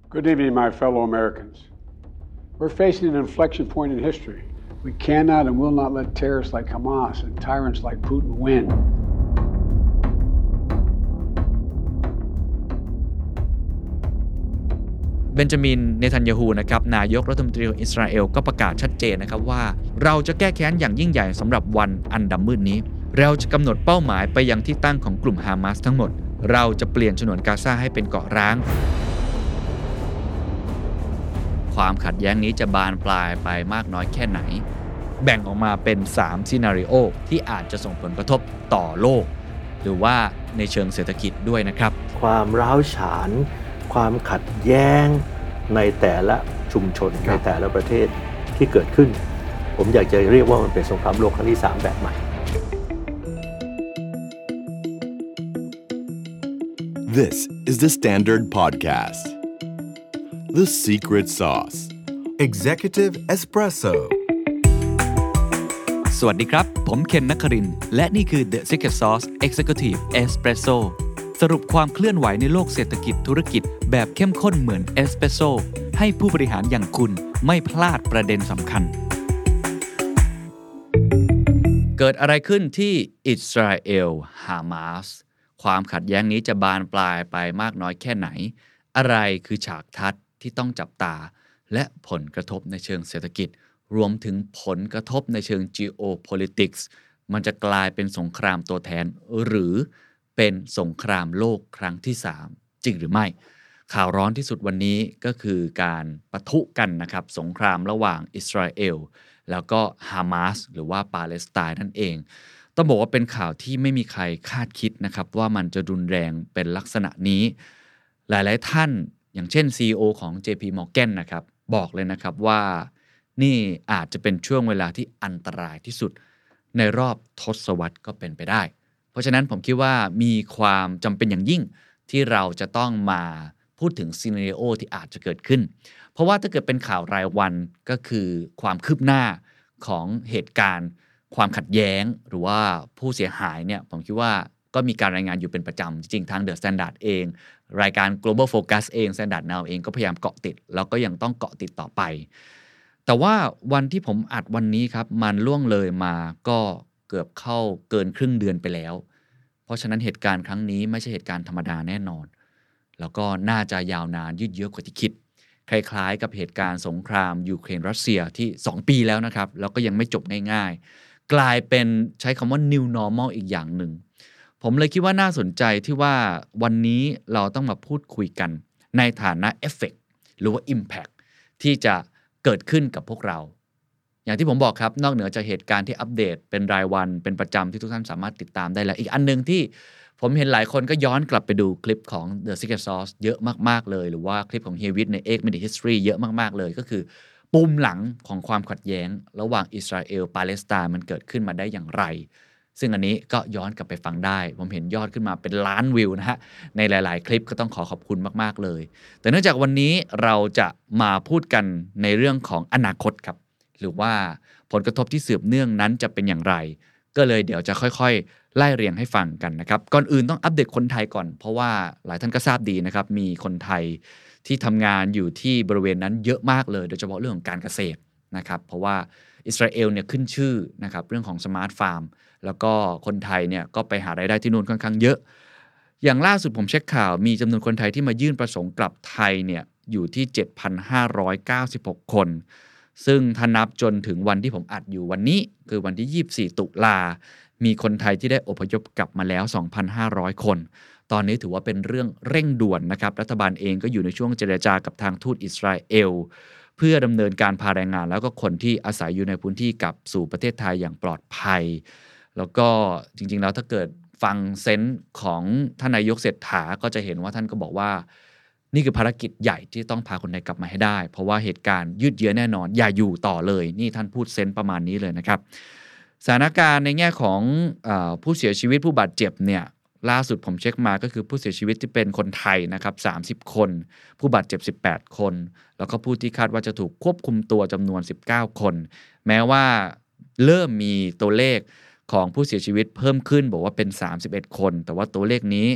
Good evening, my fellow Americans. We're facing an inflection point in history. We cannot and will not let terrorists like Hamas and tyrants like Putin win. เบนจามิน เนทันยาฮูนะครับนายกรัฐมนตรีของอิสราเอลก็ประกาศชัดเจนนะครับว่าเราจะแก้แค้นอย่างยิ่งใหญ่สำหรับวันอันดำมืดนี้เราจะกำหนดเป้าหมายไปยังที่ตั้งของกลุ่มฮามาสทั้งหมดเราจะเปลี่ยนฉนวนกาซาให้เป็นเกาะร้างความขัดแย้งนี้จะบานปลายไปมากน้อยแค่ไหนแบ่งออกมาเป็น3ซีนาริโอที่อาจจะส่งผลกระทบต่อโลกหรือว่าในเชิงเศรษฐกิจด้วยนะครับความร้าวฉานความขัดแย้งในแต่ละชุมชนในแต่ละประเทศที่เกิดขึ้นผมอยากจะเรียกว่ามันเป็นสงครามโลกครั้งที่3แบบใหม่ This is the Standard Podcast The Secret Sauce Executive Espresso สวัสดีครับผมเคนนครินทร์และนี่คือ The Secret Sauce Executive Espresso สรุปความเคลื่อนไหวในโลกเศรษฐกิจธุรกิจแบบเข้มข้นเหมือนเอสเปรสโซ่ให้ผู้บริหารอย่างคุณไม่พลาดประเด็นสำคัญเกิดอะไรขึ้นที่อิสราเอลฮามาสความขัดแย้งนี้จะบานปลายไปมากน้อยแค่ไหนอะไรคือฉากทัศน์ที่ต้องจับตาและผลกระทบในเชิงเศรษฐกิจรวมถึงผลกระทบในเชิง geopolitics มันจะกลายเป็นสงครามตัวแทนหรือเป็นสงครามโลกครั้งที่3จริงหรือไม่ข่าวร้อนที่สุดวันนี้ก็คือการปะทุกันนะครับสงครามระหว่างอิสราเอลแล้วก็ฮามาสหรือว่าปาเลสไตน์นั่นเองต้องบอกว่าเป็นข่าวที่ไม่มีใครคาดคิดนะครับว่ามันจะรุนแรงเป็นลักษณะนี้หลายๆท่านอย่างเช่น CEO ของ JP Morgan นะครับบอกเลยนะครับว่านี่อาจจะเป็นช่วงเวลาที่อันตรายที่สุดในรอบทศวรรษก็เป็นไปได้เพราะฉะนั้นผมคิดว่ามีความจำเป็นอย่างยิ่งที่เราจะต้องมาพูดถึงซีนาริโอที่อาจจะเกิดขึ้นเพราะว่าถ้าเกิดเป็นข่าวรายวันก็คือความคืบหน้าของเหตุการณ์ความขัดแย้งหรือว่าผู้เสียหายเนี่ยผมคิดว่าก็มีการรายงานอยู่เป็นประจำจริงๆทาง The Standard เองรายการ Global Focus เอง Standard Now เองก็พยายามเกาะติดแล้วก็ยังต้องเกาะติดต่อไปแต่ว่าวันที่ผมอัดวันนี้ครับมันล่วงเลยมาก็เกือบเข้าเกินครึ่งเดือนไปแล้วเพราะฉะนั้นเหตุการณ์ครั้งนี้ไม่ใช่เหตุการณ์ธรรมดาแน่นอนแล้วก็น่าจะยาวนานยืดเยื้อกว่าที่คิดคล้ายๆกับเหตุการณ์สงครามยูเครนรัสเซียที่2ปีแล้วนะครับแล้วก็ยังไม่จบง่ายๆกลายเป็นใช้คำว่า new normal อีกอย่างหนึ่งผมเลยคิดว่าน่าสนใจที่ว่าวันนี้เราต้องมาพูดคุยกันในฐานะเอฟเฟกต์หรือว่า impact ที่จะเกิดขึ้นกับพวกเราอย่างที่ผมบอกครับนอกเหนือจากเหตุการณ์ที่อัปเดตเป็นรายวันเป็นประจำที่ทุกท่านสามารถติดตามได้แล้วอีกอันนึงที่ผมเห็นหลายคนก็ย้อนกลับไปดูคลิปของ The Secret Sauce เยอะมากๆเลยหรือว่าคลิปของเฮวิทใน Egg Minute History เยอะมากๆเลยก็คือปุ่มหลังของความขัดแย้งระหว่างอิสราเอลปาเลสไตน์มันเกิดขึ้นมาได้อย่างไรซึ่งอันนี้ก็ย้อนกลับไปฟังได้ผมเห็นยอดขึ้นมาเป็นล้านวิวนะฮะในหลายๆคลิปก็ต้องขอบคุณมากๆเลยแต่เนื่องจากวันนี้เราจะมาพูดกันในเรื่องของอนาคตครับหรือว่าผลกระทบที่สืบเนื่องนั้นจะเป็นอย่างไรก็เลยเดี๋ยวจะค่อยๆไล่เรียงให้ฟังกันนะครับก่อนอื่นต้องอัปเดตคนไทยก่อนเพราะว่าหลายท่านก็ทราบดีนะครับมีคนไทยที่ทำงานอยู่ที่บริเวณนั้นเยอะมากเลยโดยเฉพาะเรื่องของการเกษตรนะครับเพราะว่าอิสราเอลเนี่ยขึ้นชื่อนะครับเรื่องของสมาร์ทฟาร์มแล้วก็คนไทยเนี่ยก็ไปหารายได้ที่นู่นค่อนข้างเยอะอย่างล่าสุดผมเช็คข่าวมีจำนวนคนไทยที่มายื่นประสงค์กลับไทยเนี่ยอยู่ที่ 7,596 คนซึ่งถ้านับจนถึงวันที่ผมอัดอยู่วันนี้คือวันที่24ตุลามีคนไทยที่ได้อพยพกลับมาแล้ว 2,500 คนตอนนี้ถือว่าเป็นเรื่องเร่งด่วนนะครับรัฐบาลเองก็อยู่ในช่วงเจรจากับทางทูตอิสราเอลเพื่อดำเนินการพาแรงงานแล้วก็คนที่อาศัยอยู่ในพื้นที่กลับสู่ประเทศไทยอย่างปลอดภัยแล้วก็จริงๆแล้วถ้าเกิดฟังเซนส์ของท่านนายกเศรษฐาก็จะเห็นว่าท่านก็บอกว่านี่คือภารกิจใหญ่ที่ต้องพาคนไทยกลับมาให้ได้เพราะว่าเหตุการณ์ยืดเยื้อแน่นอนอย่าอยู่ต่อเลยนี่ท่านพูดเซนส์ประมาณนี้เลยนะครับสถานการณ์ในแง่ของผู้เสียชีวิตผู้บาดเจ็บเนี่ยล่าสุดผมเช็คมาก็คือผู้เสียชีวิตที่เป็นคนไทยนะครับ30คนผู้บาดเจ็บ18คนแล้วก็ผู้ที่คาดว่าจะถูกควบคุมตัวจำนวน19คนแม้ว่าเริ่มมีตัวเลขของผู้เสียชีวิตเพิ่มขึ้นบอกว่าเป็น31คนแต่ว่าตัวเลขนี้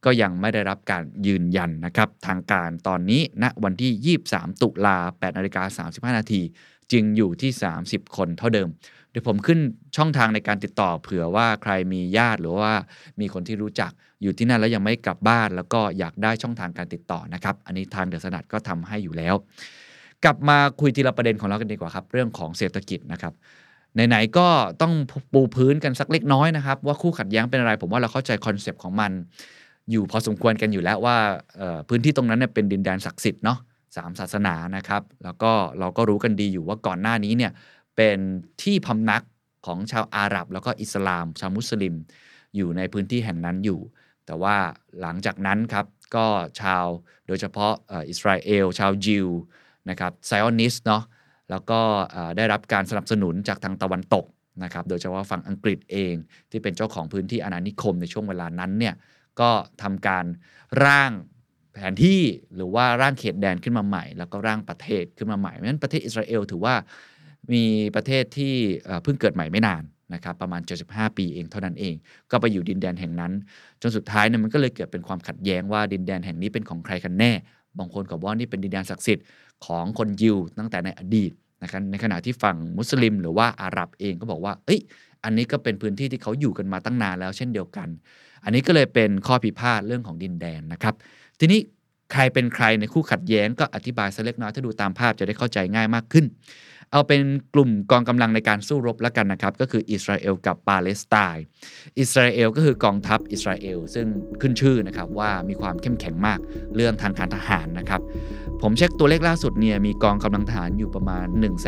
ก็ยังไม่ได้รับการยืนยันนะครับทางการตอนนี้ณวันที่23ตุลา 8:35 นาทีจึงอยู่ที่30คนเท่าเดิมเดี๋ยวผมขึ้นช่องทางในการติดต่อเผื่อว่าใครมีญาติหรือว่ามีคนที่รู้จักอยู่ที่นั่นแล้วยังไม่กลับบ้านแล้วก็อยากได้ช่องทางการติดต่อนะครับอันนี้ทางเดอะสแตนดาร์ดก็ทำให้อยู่แล้วกลับมาคุยทีละประเด็นของเรากันดีกว่าครับเรื่องของเศรษฐกิจนะครับไหนๆก็ต้องปูพื้นกันสักเล็กน้อยนะครับว่าคู่ขัดแย้งเป็นอะไรผมว่าเราเข้าใจคอนเซปต์ของมันอยู่พอสมควรกันอยู่แล้วว่าพื้นที่ตรงนั้นเนี่ยเป็นดินแดนศักดิ์สิทธิ์เนาะ3ศาสนานะครับแล้วก็เราก็รู้กันดีอยู่ว่าก่อนหน้านี้เนี่ยเป็นที่พำนักของชาวอาหรับแล้วก็อิสลามชาวมุสลิมอยู่ในพื้นที่แห่งนั้นอยู่แต่ว่าหลังจากนั้นครับก็ชาวโดยเฉพาะอิสราเอลชาวยิวนะครับไซออนิสต์เนาะแล้วก็ได้รับการสนับสนุนจากทางตะวันตกนะครับโดยเฉพาะฝั่งอังกฤษเองที่เป็นเจ้าของพื้นที่อาณานิคมในช่วงเวลานั้นเนี่ยก็ทำการร่างแผนที่หรือว่าร่างเขตแดนขึ้นมาใหม่แล้วก็ร่างประเทศขึ้นมาใหม่เพราะฉะนั้นประเทศอิสราเอลถือว่ามีประเทศที่เพิ่งเกิดใหม่ไม่นานนะครับประมาณ75ปีเองเท่านั้นเองก็ไปอยู่ดินแดนแห่งนั้นจนสุดท้ายเนี่ยมันก็เลยเกิดเป็นความขัดแย้งว่าดินแดนแห่งนี้เป็นของใครกันแน่บางคนก็บอกว่านี่เป็นดินแดนศักดิ์สิทธิ์ของคนยิวตั้งแต่ในอดีตนะครับในขณะที่ฝั่งมุสลิมหรือว่าอาหรับเองก็บอกว่าอันนี้ก็เป็นพื้นที่ที่เขาอยู่กันมาตั้งนานแล้วเช่นเดียวกันอันนี้ก็เลยเป็นข้อพิพาทเรื่องของดินแดนนะครับทีนี้ใครเป็นใครในคู่ขัดแย้งก็อธิบายสักเล็กน้อยถ้าดูตามภาพจะได้เข้าใจง่ายมากขึ้นเอาเป็นกลุ่มกองกำลังในการสู้รบแล้วกันนะครับก็คืออิสราเอลกับปาเลสไตน์อิสราเอลก็คือกองทัพอิสราเอลซึ่งขึ้นชื่อนะครับว่ามีความเข้มแข็งมากเรื่องทางการทหารนะครับผมเช็คตัวเลขล่าสุดเนี่ยมีกองกำลังทหารอยู่ประมาณ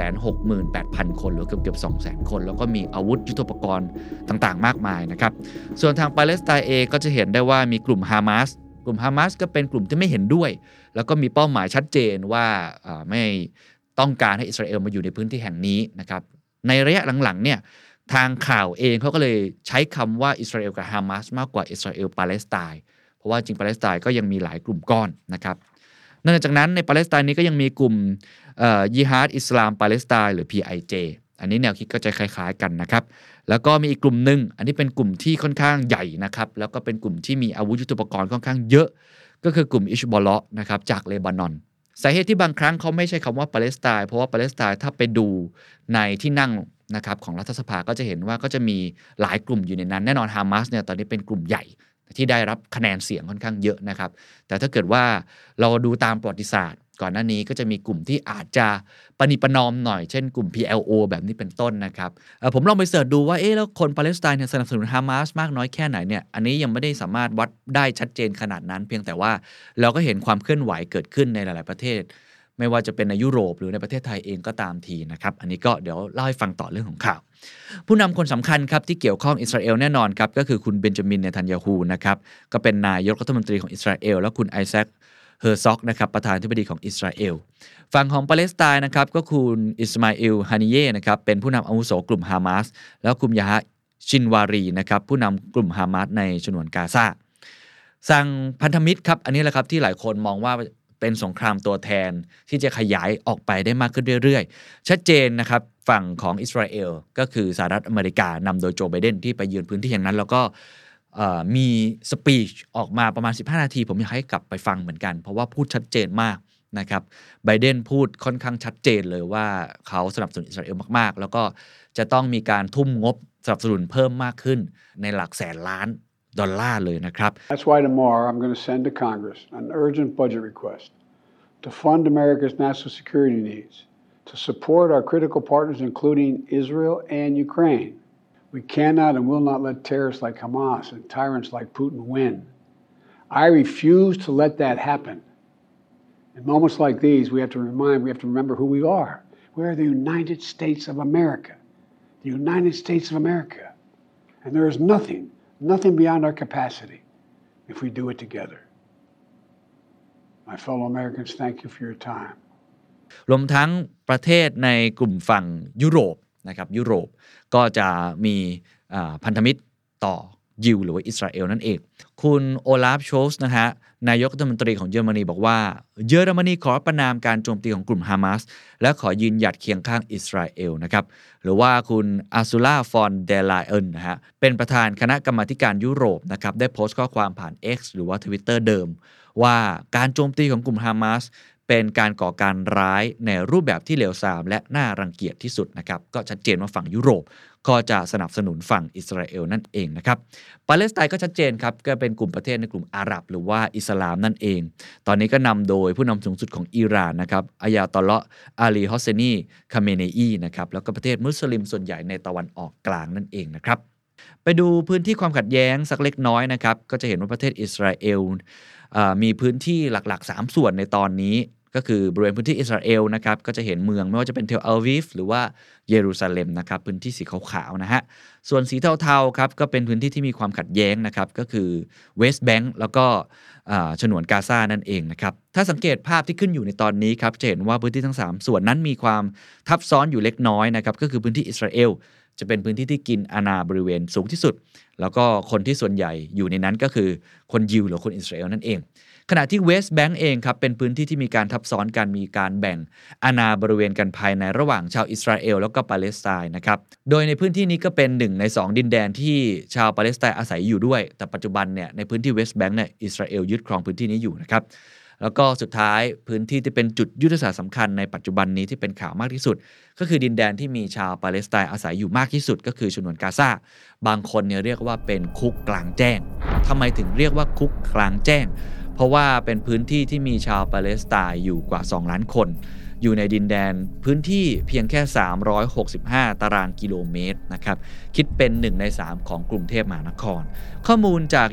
168,000 คนหรือเกือบ 200,000 คนแล้วก็มีอาวุธยุทโธปกรณ์ต่างๆมากมายนะครับส่วนทางปาเลสไตน์เองก็จะเห็นได้ว่ามีกลุ่มฮามาสก็เป็นกลุ่มที่ไม่เห็นด้วยแล้วก็มีเป้าหมายชัดเจนว่าไม่ต้องการให้อิสราเอลมาอยู่ในพื้นที่แห่งนี้นะครับในระยะหลังๆเนี่ยทางข่าวเองเขาก็เลยใช้คำว่าอิสราเอลกับฮามาสมากกว่าอิสราเอลปาเลสไตน์เพราะว่าจริงปาเลสไตน์ก็ยังมีหลายกลุ่มก้อนนะครับนอกจากนั้นในปาเลสไตน์นี้ก็ยังมีกลุ่มยิฮาดอิสลามปาเลสไตน์หรือ PIJ อันนี้แนวคิดก็จะคล้ายๆกันนะครับแล้วก็มีอีกกลุ่มนึงอันนี้เป็นกลุ่มที่ค่อนข้างใหญ่นะครับแล้วก็เป็นกลุ่มที่มีอาวุธยุทโธปกรณ์ค่อนข้างเยอะก็คือกลุ่มอิชบอลเลาะห์นะครับจากเลบานอนสาเหตุที่บางครั้งเขาไม่ใช่คำว่าปาเลสไตน์เพราะว่าปาเลสไตน์ถ้าไปดูในที่นั่งนะครับของรัฐสภาก็จะเห็นว่าก็จะมีหลายกลุ่มอยู่ในนั้นแน่นอนฮามาสเนี่ยตอนนี้เป็นกลุ่มใหญ่ที่ได้รับคะแนนเสียงค่อนข้างเยอะนะครับแต่ถ้าเกิดว่าเราดูตามประวัติศาสตร์ก่อนหน้านี้ก็จะมีกลุ่มที่อาจจะปณิประนอมหน่อยเช่นกลุ่ม PLO แบบนี้เป็นต้นนะครับผมลองไปเสิร์ชดูว่าแล้วคนปาเลสไตน์เนี่ยสนับสนุนฮามาสมากน้อยแค่ไหนเนี่ยอันนี้ยังไม่ได้สามารถวัดได้ชัดเจนขนาดนั้นเพียงแต่ว่าเราก็เห็นความเคลื่อนไหวเกิดขึ้นในหลายๆประเทศไม่ว่าจะเป็นในยุโรปหรือในประเทศไทยเองก็ตามทีนะครับอันนี้ก็เดี๋ยวเล่าให้ฟังต่อเรื่องของข่าวผู้นำคนสำคัญครับที่เกี่ยวข้องอิสราเอลแน่นอนครับก็คือคุณเบนจามินเนทันยาฮูนะครับก็เป็นนายกรัฐมนตรีของอิสราเอลและคุณไอแซคเฮอร์ซอกนะครับประธานาธิบดีของอิสราเอลฝั่งของปาเลสไตน์นะครับก็คุณอิสมาอิลฮานิเย่นะครับเป็นผู้นำอาวุโสกลุ่มฮามาสแล้วคุณยาฮะชินวารีนะครับผู้นำกลุ่มฮามาสในฉนวนกาซาสั่งพันธมิตรครับอันนี้แหละครับที่หลายคนมองว่าเป็นสงครามตัวแทนที่จะขยายออกไปได้มากขึ้นเรื่อยๆชัดเจนนะครับฝั่งของอิสราเอลก็คือสหรัฐอเมริกานำโดยโจไบเดนที่ไปเยือนพื้นที่อย่างนั้นแล้วก็มีสปีชออกมาประมาณ15นาทีผมอยากให้กลับไปฟังเหมือนกันเพราะว่าพูดชัดเจนมากนะครับไบเดนพูดค่อนข้างชัดเจนเลยว่าเขาสนับสนุนอิสราเอลมากๆแล้วก็จะต้องมีการทุ่มงบสนับสนุนเพิ่มมากขึ้นในหลักแสนล้านดอลลาร์เลยนะครับ That's why tomorrow I'm going to send to Congress an urgent budget request to fund America's national security needs, to support our critical partners including Israel and Ukraine. We cannot and will not let terrorists like Hamas and tyrants like Putin win. I refuse to let that happen. In moments like these, we have to remember who we are. We are the United States of America. The United States of America. And there is nothing beyond our capacity if we do it together. My fellow Americans, thank you for your time. รวมทั้งประเทศในกลุ่มฝั่งยุโรปนะครับยุโรปก็จะมีพันธมิตรต่อยิวหรือว่าอิสราเอลนั่นเองคุณโอลาฟโชลส์นะฮะนายกรัฐมนตรีของเยอรมนีบอกว่าเยอรมนีขอประณามการโจมตีของกลุ่มฮามาสและขอยืนหยัดเคียงข้างอิสราเอลนะครับหรือว่าคุณอาซูลาฟอนเดลาเอินนะฮะเป็นประธานคณะกรรมาธิการยุโรปนะครับได้โพสต์ข้อความผ่าน X หรือว่า Twitter เดิมว่าการโจมตีของกลุ่มฮามาสเป็นการก่อการร้ายในรูปแบบที่เลวทรามและน่ารังเกียจที่สุดนะครับก็ชัดเจนว่าฝั่งยุโรปก็จะสนับสนุนฝั่งอิสราเอลนั่นเองนะครับปาเลสไตน์ก็ชัดเจนครับก็เป็นกลุ่มประเทศในกลุ่มอาหรับหรือว่าอิสลามนั่นเองตอนนี้ก็นำโดยผู้นำสูงสุดของอิหร่านนะครับอายาตอลเลาะห์อาลีฮอสเซนีคาเมเนอีนะครับแล้วก็ประเทศมุสลิมส่วนใหญ่ในตะวันออกกลางนั่นเองนะครับไปดูพื้นที่ความขัดแย้งสักเล็กน้อยนะครับก็จะเห็นว่าประเทศอิสราเอลมีพื้นที่หลักๆ3ส่วนในตอนนี้ก็คือบริเวณพื้นที่อิสราเอลนะครับก็จะเห็นเมืองไม่ว่าจะเป็นเทลอาวีฟหรือว่าเยรูซาเล็มนะครับพื้นที่สีขาวๆนะฮะส่วนสีเทาๆครับก็เป็นพื้นที่ที่มีความขัดแย้งนะครับก็คือเวสต์แบงก์แล้วก็ฉนวนกาซานั่นเองนะครับถ้าสังเกตภาพที่ขึ้นอยู่ในตอนนี้ครับจะเห็นว่าพื้นที่ทั้ง3ส่วนนั้นมีความทับซ้อนอยู่เล็กน้อยนะครับก็คือพื้นที่อิสราเอลจะเป็นพื้นที่ที่กินอาณาบริเวณสูงที่สุดแล้วก็คนที่ส่วนใหญ่อยู่ในนั้นก็คือคนยิวหรือคนอิสราเอลนั่นเองขณะที่เวสต์แบงก์เองครับเป็นพื้นที่ที่มีการทับซ้อนกันมีการแบ่งอาณาบริเวณกันภายในระหว่างชาวอิสราเอลแล้วก็ปาเลสไตน์นะครับโดยในพื้นที่นี้ก็เป็น1ใน2ดินแดนที่ชาวปาเลสไตน์อาศัยอยู่ด้วยแต่ปัจจุบันเนี่ยในพื้นที่เวสต์แบงก์เนี่ยอิสราเอลยึดครองพื้นที่นี้อยู่นะครับแล้วก็สุดท้ายพื้นที่ที่เป็นจุดยุทธศาสตร์สำคัญในปัจจุบันนี้ที่เป็นข่าวมากที่สุดก็คือดินแดนที่มีชาวปาเลสไตน์อาศัยอยู่มากที่สุดก็คือฉนวนกาซาบางคนเนี่ยเรียกว่าเป็นคุกกลางแจ้งทำไมถึงเรียกว่าคุกกลางแจ้งเพราะว่าเป็นพื้นที่ที่มีชาวปาเลสไตน์อยู่กว่า2ล้านคนอยู่ในดินแดนพื้นที่เพียงแค่365ตารางกิโลเมตรนะครับคิดเป็น1ใน3ของกรุงเทพมหานครข้อมูลจาก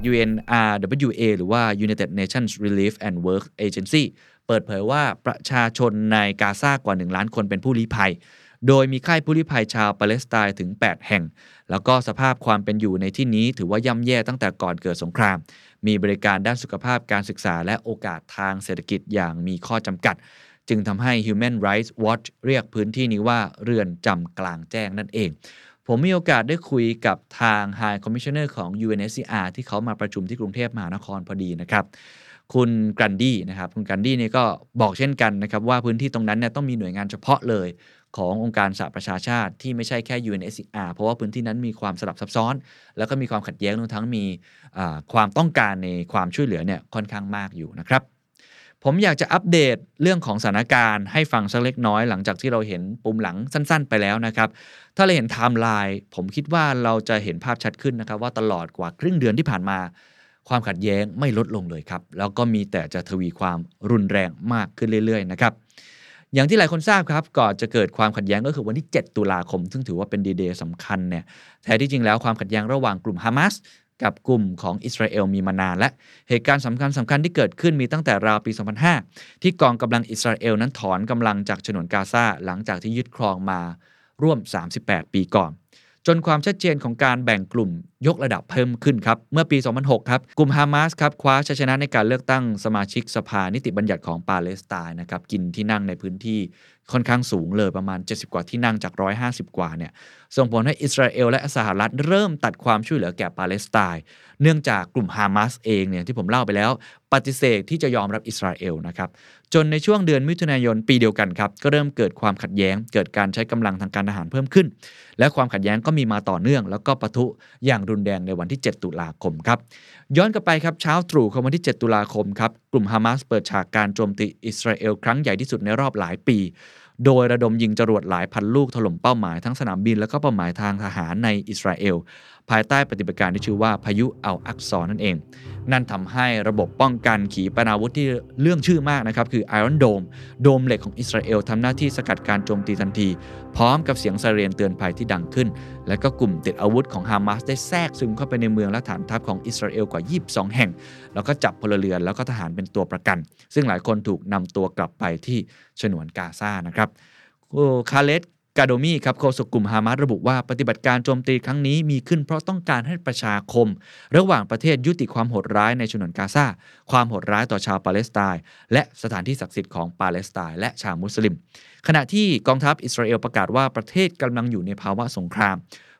UNRWA หรือว่า United Nations Relief and Work Agency เปิดเผยว่าประชาชนในกาซากว่า1ล้านคนเป็นผู้ลี้ภัยโดยมีค่ายผู้ลี้ภัยชาวปาเลสไตน์ถึง8แห่งแล้วก็สภาพความเป็นอยู่ในที่นี้ถือว่าย่ำแย่ตั้งแต่ก่อนเกิดสงครามมีบริการด้านสุขภาพการศึกษาและโอกาสทางเศรษฐกิจอย่างมีข้อจำกัดจึงทำให้ Human Rights Watch เรียกพื้นที่นี้ว่าเรือนจำกลางแจ้งนั่นเองผมมีโอกาสได้คุยกับทาง High Commissioner ของ UNHCR ที่เขามาประชุมที่กรุงเทพมหานครพอดีนะครับคุณกันดี้นะครับคุณกันดี้เนี่ยก็บอกเช่นกันนะครับว่าพื้นที่ตรงนั้นเนี่ยต้องมีหน่วยงานเฉพาะเลยขององค์การสหประชาชาติที่ไม่ใช่แค่ UNHCR เพราะว่าพื้นที่นั้นมีความสลับซับซ้อนแล้วก็มีความขัดแย้งรวมทั้งมีความต้องการในความช่วยเหลือเนี่ยค่อนข้างมากอยู่นะครับผมอยากจะอัปเดตเรื่องของสถานการณ์ให้ฟังสักเล็กน้อยหลังจากที่เราเห็นปุ่มหลังสั้นๆไปแล้วนะครับถ้าเราเห็นไทม์ไลน์ผมคิดว่าเราจะเห็นภาพชัดขึ้นนะครับว่าตลอดกว่าครึ่งเดือนที่ผ่านมาความขัดแย้งไม่ลดลงเลยครับแล้วก็มีแต่จะทวีความรุนแรงมากขึ้นเรื่อยๆนะครับอย่างที่หลายคนทราบครับก่อนจะเกิดความขัดแย้งก็คือวันที่7ตุลาคมซึ่งถือว่าเป็นดีเดย์สำคัญเนี่ยแท้ที่จริงแล้วความขัดแย้งระหว่างกลุ่มฮามาสกับกลุ่มของอิสราเอลมีมานานและเหตุการณ์สำคัญที่เกิดขึ้นมีตั้งแต่ราวปี 2005 ที่กองกำลังอิสราเอลนั้นถอนกำลังจากฉนวนกาซาหลังจากที่ยึดครองมาร่วม38ปีก่อนจนความชัดเจนของการแบ่งกลุ่มยกระดับเพิ่มขึ้นครับเมื่อปี 2006 ครับกลุ่มฮามาสครับคว้าชัยชนะในการเลือกตั้งสมาชิกสภานิติบัญญัติของปาเลสไตน์นะครับกินที่นั่งในพื้นที่ค่อนข้างสูงเลยประมาณ70กว่าที่นั่งจาก150กว่าเนี่ยส่งผลให้อิสราเอลและสหรัฐเริ่มตัดความช่วยเหลือแก่ปาเลสไตน์เนื่องจากกลุ่มฮามาสเองเนี่ยที่ผมเล่าไปแล้วปฏิเสธที่จะยอมรับอิสราเอลนะครับจนในช่วงเดือนมิถุนายนปีเดียวกันครับก็เริ่มเกิดความขัดแย้งเกิดการใช้กำลังทางการทหารเพิ่มขึ้นและความขัดแย้งก็มีมาต่อเนื่องแล้วก็ปะทุอย่างรุนแรงในวันที่7ตุลาคมครับย้อนกลับไปครับเช้าตรู่ของวันที่7ตุลาคมครับกลุ่มฮามาสเปิดฉากการโจมตีอิสราเอลครั้งใหญ่ที่สุดในรอบหลายปีโดยระดมยิงจรวดหลายพันลูกถล่มเป้าหมายทั้งสนามบินและก็เป้าหมายทางทหารในอิสราเอลภายใต้ปฏิบัติการที่ชื่อว่าพายุอัลอักซอนั่นเองนั่นทำให้ระบบป้องกันขีปนาวุธที่เรื่องชื่อมากนะครับคือ Iron Dome โดมเหล็กของอิสราเอลทำหน้าที่สกัดการโจมตีทันทีพร้อมกับเสียงไซเรนเตือนภัยที่ดังขึ้นและก็กลุ่มติดอาวุธของฮามาสได้แทรกซึมเข้าไปในเมืองและฐานทัพของอิสราเอลกว่า22แห่งแล้วก็จับพลเรือนแล้วก็ทหารเป็นตัวประกันซึ่งหลายคนถูกนำตัวกลับไปที่ฉนวนกาซานะครับคาเลสกาโดมีครับโฆษกกลุ่มฮามาสระบุว่าปฏิบัติการโจมตีครั้งนี้มีขึ้นเพราะต้องการให้ประชาคมระหว่างประเทศยุติความโหดร้ายในฉนวนกาซาความโหดร้ายต่อชาวปาเลสไตน์และสถานที่ศักดิ์สิทธิ์ของปาเลสไตน์และชาวมุสลิมขณะที่กองทัพอิสราเอลประกาศว่าประเทศกำลังอยู่ในภาวะสงคราม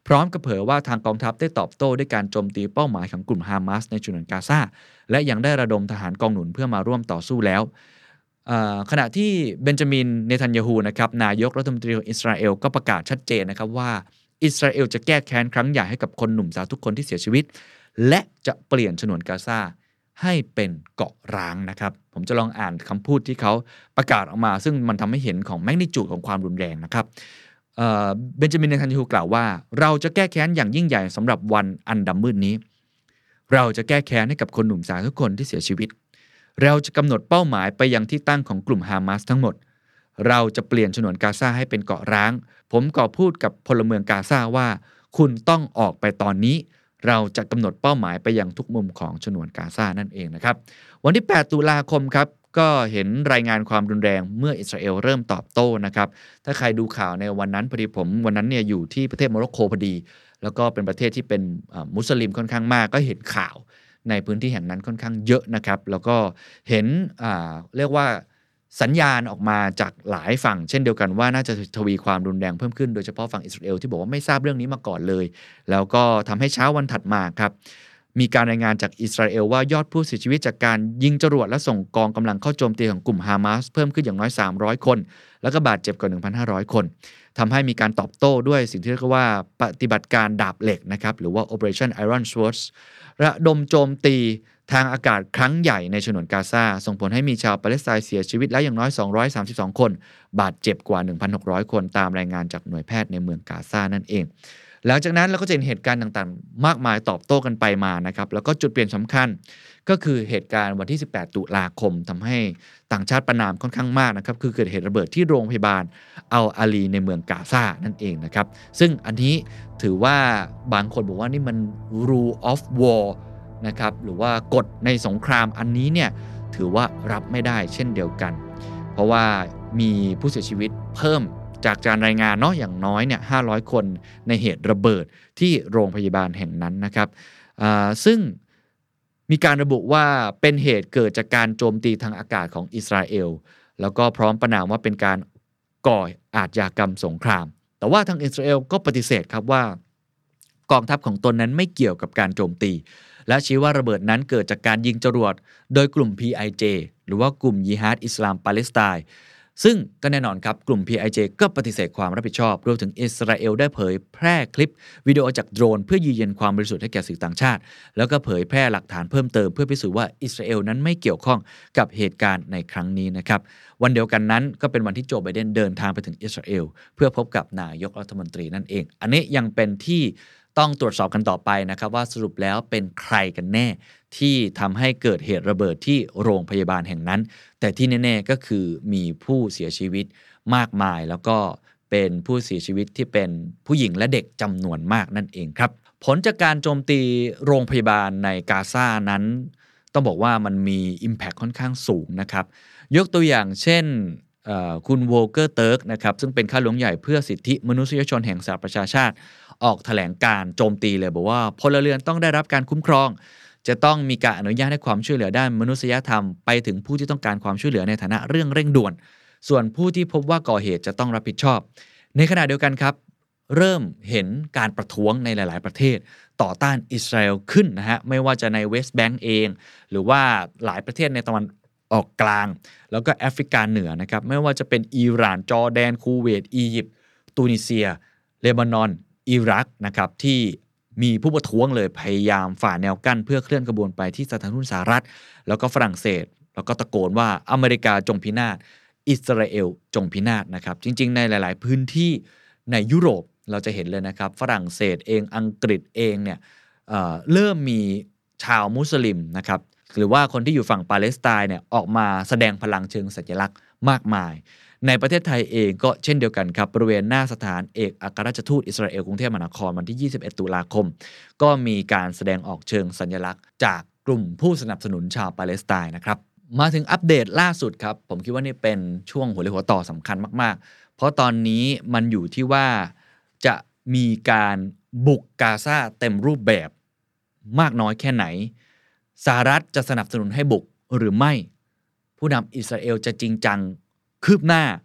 พร้อมกับเผยว่าทางกองทัพได้ตอบโต้ด้วยการโจมตีเป้าหมายของกลุ่มฮามาสในฉนวนกาซาและยังได้ระดมทหารกองหนุนเพื่อมาร่วมต่อสู้แล้วขณะที่เบนจามินเนทันยาฮูนะครับนายกรัฐมนตรีของอิสราเอลก็ประกาศชัดเจนนะครับว่าอิสราเอลจะแก้แค้นครั้งใหญ่ให้กับคนหนุ่มสาวทุกคนที่เสียชีวิตและจะเปลี่ยนฉนวนกาซาให้เป็นเกาะร้างนะครับผมจะลองอ่านคำพูดที่เขาประกาศออกมาซึ่งมันทำให้เห็นของแมกนิจูดของความรุนแรงนะครับเบนจามินเนทันยาฮูกล่าวว่าเราจะแก้แค้นอย่างยิ่งใหญ่สำหรับวันอันดำมืดนี้เราจะแก้แค้นให้กับคนหนุ่มสาวทุกคนที่เสียชีวิตเราจะกำหนดเป้าหมายไปยังที่ตั้งของกลุ่มฮามาสทั้งหมดเราจะเปลี่ยนฉนวนกาซาให้เป็นเกาะร้างผมก็พูดกับพลเมืองกาซาว่าคุณต้องออกไปตอนนี้เราจะกำหนดเป้าหมายไปยังทุกมุมของฉนวนกาซานั่นเองนะครับวันที่8ตุลาคมครับก็เห็นรายงานความรุนแรงเมื่ออิสราเอลเริ่มตอบโต้นะครับถ้าใครดูข่าวในวันนั้นพอดีผมวันนั้นเนี่ยอยู่ที่ประเทศโมร็อกโกพอดีแล้วก็เป็นประเทศที่เป็นมุสลิมค่อนข้างมากก็เห็นข่าวในพื้นที่แห่งนั้นค่อนข้างเยอะนะครับแล้วก็เห็นเรียกว่าสัญญาณออกมาจากหลายฝั่งเช่นเดียวกันว่าน่าจะทวีความรุนแรงเพิ่มขึ้นโดยเฉพาะฝั่งอิสราเอลที่บอกว่าไม่ทราบเรื่องนี้มาก่อนเลยแล้วก็ทำให้เช้าวันถัดมาครับมีการรายงานจากอิสราเอลว่ายอดผู้เสียชีวิตจากการยิงจรวดและส่งกองกำลังเข้าโจมตีของกลุ่มฮามาสเพิ่มขึ้นอย่างน้อย300คนแล้วก็บาดเจ็บกว่า 1,500 คนทำให้มีการตอบโต้ด้วยสิ่งที่เรียกว่าปฏิบัติการดาบเหล็กนะครับหรือว่า Operation Iron Swords ระดมโจมตีทางอากาศครั้งใหญ่ในฉนวนกาซาส่งผลให้มีชาวปาเลสไตน์เสียชีวิตแล้วอย่างน้อย232คนบาดเจ็บกว่า 1,600 คนตามรายงานจากหน่วยแพทย์ในเมืองกาซานั่นเองหลังจากนั้นเราก็จะเห็นเหตุการณ์ต่างๆมากมายตอบโต้กันไปมานะครับแล้วก็จุดเปลี่ยนสำคัญก็คือเหตุการณ์วันที่18ตุลาคมทำให้ต่างชาติประณามค่อนข้างมากนะครับคือเกิดเหตุระเบิดที่โรงพยาบาลอัลอาลีในเมืองกาซานั่นเองนะครับซึ่งอันนี้ถือว่าบางคนบอกว่านี่มัน rule of war นะครับหรือว่ากฎในสงครามอันนี้เนี่ยถือว่ารับไม่ได้เช่นเดียวกันเพราะว่ามีผู้เสียชีวิตเพิ่มจากการรายงานเนาะอย่างน้อยเนี่ย500คนในเหตุระเบิดที่โรงพยาบาลแห่งนั้นนะครับซึ่งมีการระบุว่าเป็นเหตุเกิดจากการโจมตีทางอากาศของอิสราเอลแล้วก็พร้อมประณามว่าเป็นการก่ออาชญากรรมสงครามแต่ว่าทางอิสราเอลก็ปฏิเสธครับว่ากองทัพของตนนั้นไม่เกี่ยวกับการโจมตีและชี้ว่าระเบิดนั้นเกิดจากการยิงจรวดโดยกลุ่ม PIJ หรือว่ากลุ่มยิฮาดอิสลามปาเลสไตน์ซึ่งก็แน่นอนครับกลุ่ม PIJ ก็ปฏิเสธความรับผิดชอบรวมถึงอิสราเอลได้เผยแพร่คลิปวิดีโอจากโดรนเพื่อยืนยันความบริสุทธิ์ให้แก่สื่อต่างชาติแล้วก็เผยแพร่หลักฐานเพิ่มเติมเพื่อพิสูจน์ว่าอิสราเอลนั้นไม่เกี่ยวข้องกับเหตุการณ์ในครั้งนี้นะครับวันเดียวกันนั้นก็เป็นวันที่โจไบเดนเดินทางไปถึงอิสราเอลเพื่อพบกับนายกรัฐมนตรีนั่นเองอันนี้ยังเป็นที่ต้องตรวจสอบกันต่อไปนะครับว่าสรุปแล้วเป็นใครกันแน่ที่ทำให้เกิดเหตุระเบิดที่โรงพยาบาลแห่งนั้นแต่ที่แน่ๆก็คือมีผู้เสียชีวิตมากมายแล้วก็เป็นผู้เสียชีวิตที่เป็นผู้หญิงและเด็กจำนวนมากนั่นเองครับผลจากการโจมตีโรงพยาบาลในกาซานั้นต้องบอกว่ามันมี impact ค่อนข้างสูงนะครับยกตัวอย่างเช่นคุณโวเกอร์เติร์กนะครับซึ่งเป็นข้าหลวงใหญ่เพื่อสิทธิมนุษยชนแห่งสหประชาชาติออกแถลงการโจมตีเลยบอกว่าพลเรือนต้องได้รับการคุ้มครองจะต้องมีการอนุญาตให้ความช่วยเหลือด้านมนุษยธรรมไปถึงผู้ที่ต้องการความช่วยเหลือในฐานะเรื่องเร่งด่วนส่วนผู้ที่พบว่าก่อเหตุจะต้องรับผิดชอบในขณะเดียวกันครับเริ่มเห็นการประท้วงในหลายๆประเทศต่อต้านอิสราเอลขึ้นนะฮะไม่ว่าจะในเวสต์แบงก์เองหรือว่าหลายประเทศในตะวันออกกลางแล้วก็แอฟริกาเหนือนะครับไม่ว่าจะเป็นอิหร่านจอร์แดนคูเวตอียิปต์ตูนิเซียเลบานอนอิรักนะครับที่มีผู้ประท้วงเลยพยายามฝ่าแนวกั้นเพื่อเคลื่อนขบวนไปที่สถานทูตสหรัฐแล้วก็ฝรั่งเศสแล้วก็ตะโกนว่าอเมริกาจงพินาศอิสราเอลจงพินาศนะครับจริงๆในหลายๆพื้นที่ในยุโรปเราจะเห็นเลยนะครับฝรั่งเศสเองอังกฤษเองเนี่ยเริ่มมีชาวมุสลิมนะครับหรือว่าคนที่อยู่ฝั่งปาเลสไตน์เนี่ยออกมาแสดงพลังเชิงสัญลักษณ์มากมายในประเทศไทยเองก็เช่นเดียวกันครับบริเวณหน้าสถานเอกอัครราชทูตอิสราเอลกรุงเทพมหานครวันที่21ตุลาคมก็มีการแสดงออกเชิงสัญลักษณ์จากกลุ่มผู้สนับสนุนชาวปาเลสไตน์นะครับมาถึงอัปเดตล่าสุดครับผมคิดว่านี่เป็นช่วงหัวเรี่ยวหัวต่อสำคัญมากๆเพราะตอนนี้มันอยู่ที่ว่าจะมีการบุกกาซาเต็มรูปแบบมากน้อยแค่ไหนสหรัฐจะสนับสนุนให้บุกหรือไม่ผู้นำอิสราเอลจะจริงจังคืบหน้า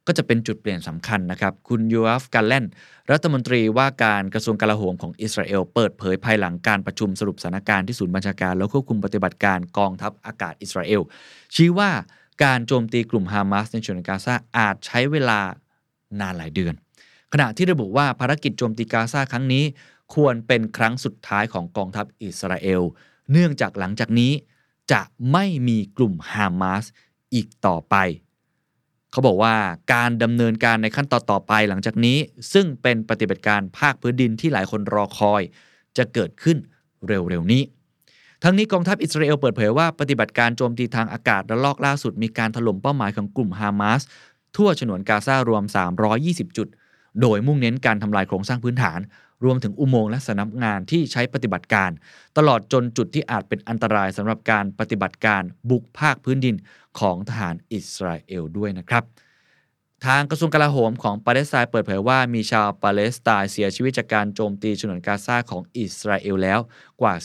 ก็จะเป็นจุดเปลี่ยนสำคัญนะครับคุณยูอัฟ กาแลนรัฐมนตรีว่าการกระทรวงกลาโหมของอิสราเอลเปิดเผยภายหลังการประชุมสรุปสถานการณ์ที่ศูนย์บัญชาการและควบคุมปฏิบัติการกองทัพอากาศอิสราเอลชี้ว่าการโจมตีกลุ่มฮามาสในฉนวนกาซาอาจใช้เวลานานหลายเดือนขณะที่ระบุว่าภารกิจโจมตีกาซาครั้งนี้ควรเป็นครั้งสุดท้ายของกองทัพอิสราเอลเนื่องจากหลังจากนี้จะไม่มีกลุ่มฮามาสอีกต่อไปเขาบอกว่าการดำเนินการในขั้นตอนต่อไปหลังจากนี้ซึ่งเป็นปฏิบัติการภาคพื้นดินที่หลายคนรอคอยจะเกิดขึ้นเร็วๆนี้ทั้งนี้กองทัพอิสราเอลเปิดเผยว่าปฏิบัติการโจมตีทางอากาศระลอกล่าสุดมีการถล่มเป้าหมายของกลุ่มฮามาสทั่วฉนวนกาซารวม320จุดโดยมุ่งเน้นการทำลายโครงสร้างพื้นฐานรวมถึงอุโมงค์และสำนักงานที่ใช้ปฏิบัติการตลอดจนจุดที่อาจเป็นอันตรายสำหรับการปฏิบัติการบุกภาคพื้นดินของทหารอิสราเอลด้วยนะครับทางกระทรวงกลาโหมของปาเลสไตน์เปิดเผยว่ามีชาวปาเลสไตน์เสียชีวิตจากการโจมตีฉนวนกาซาของอิสราเอลแล้วกว่า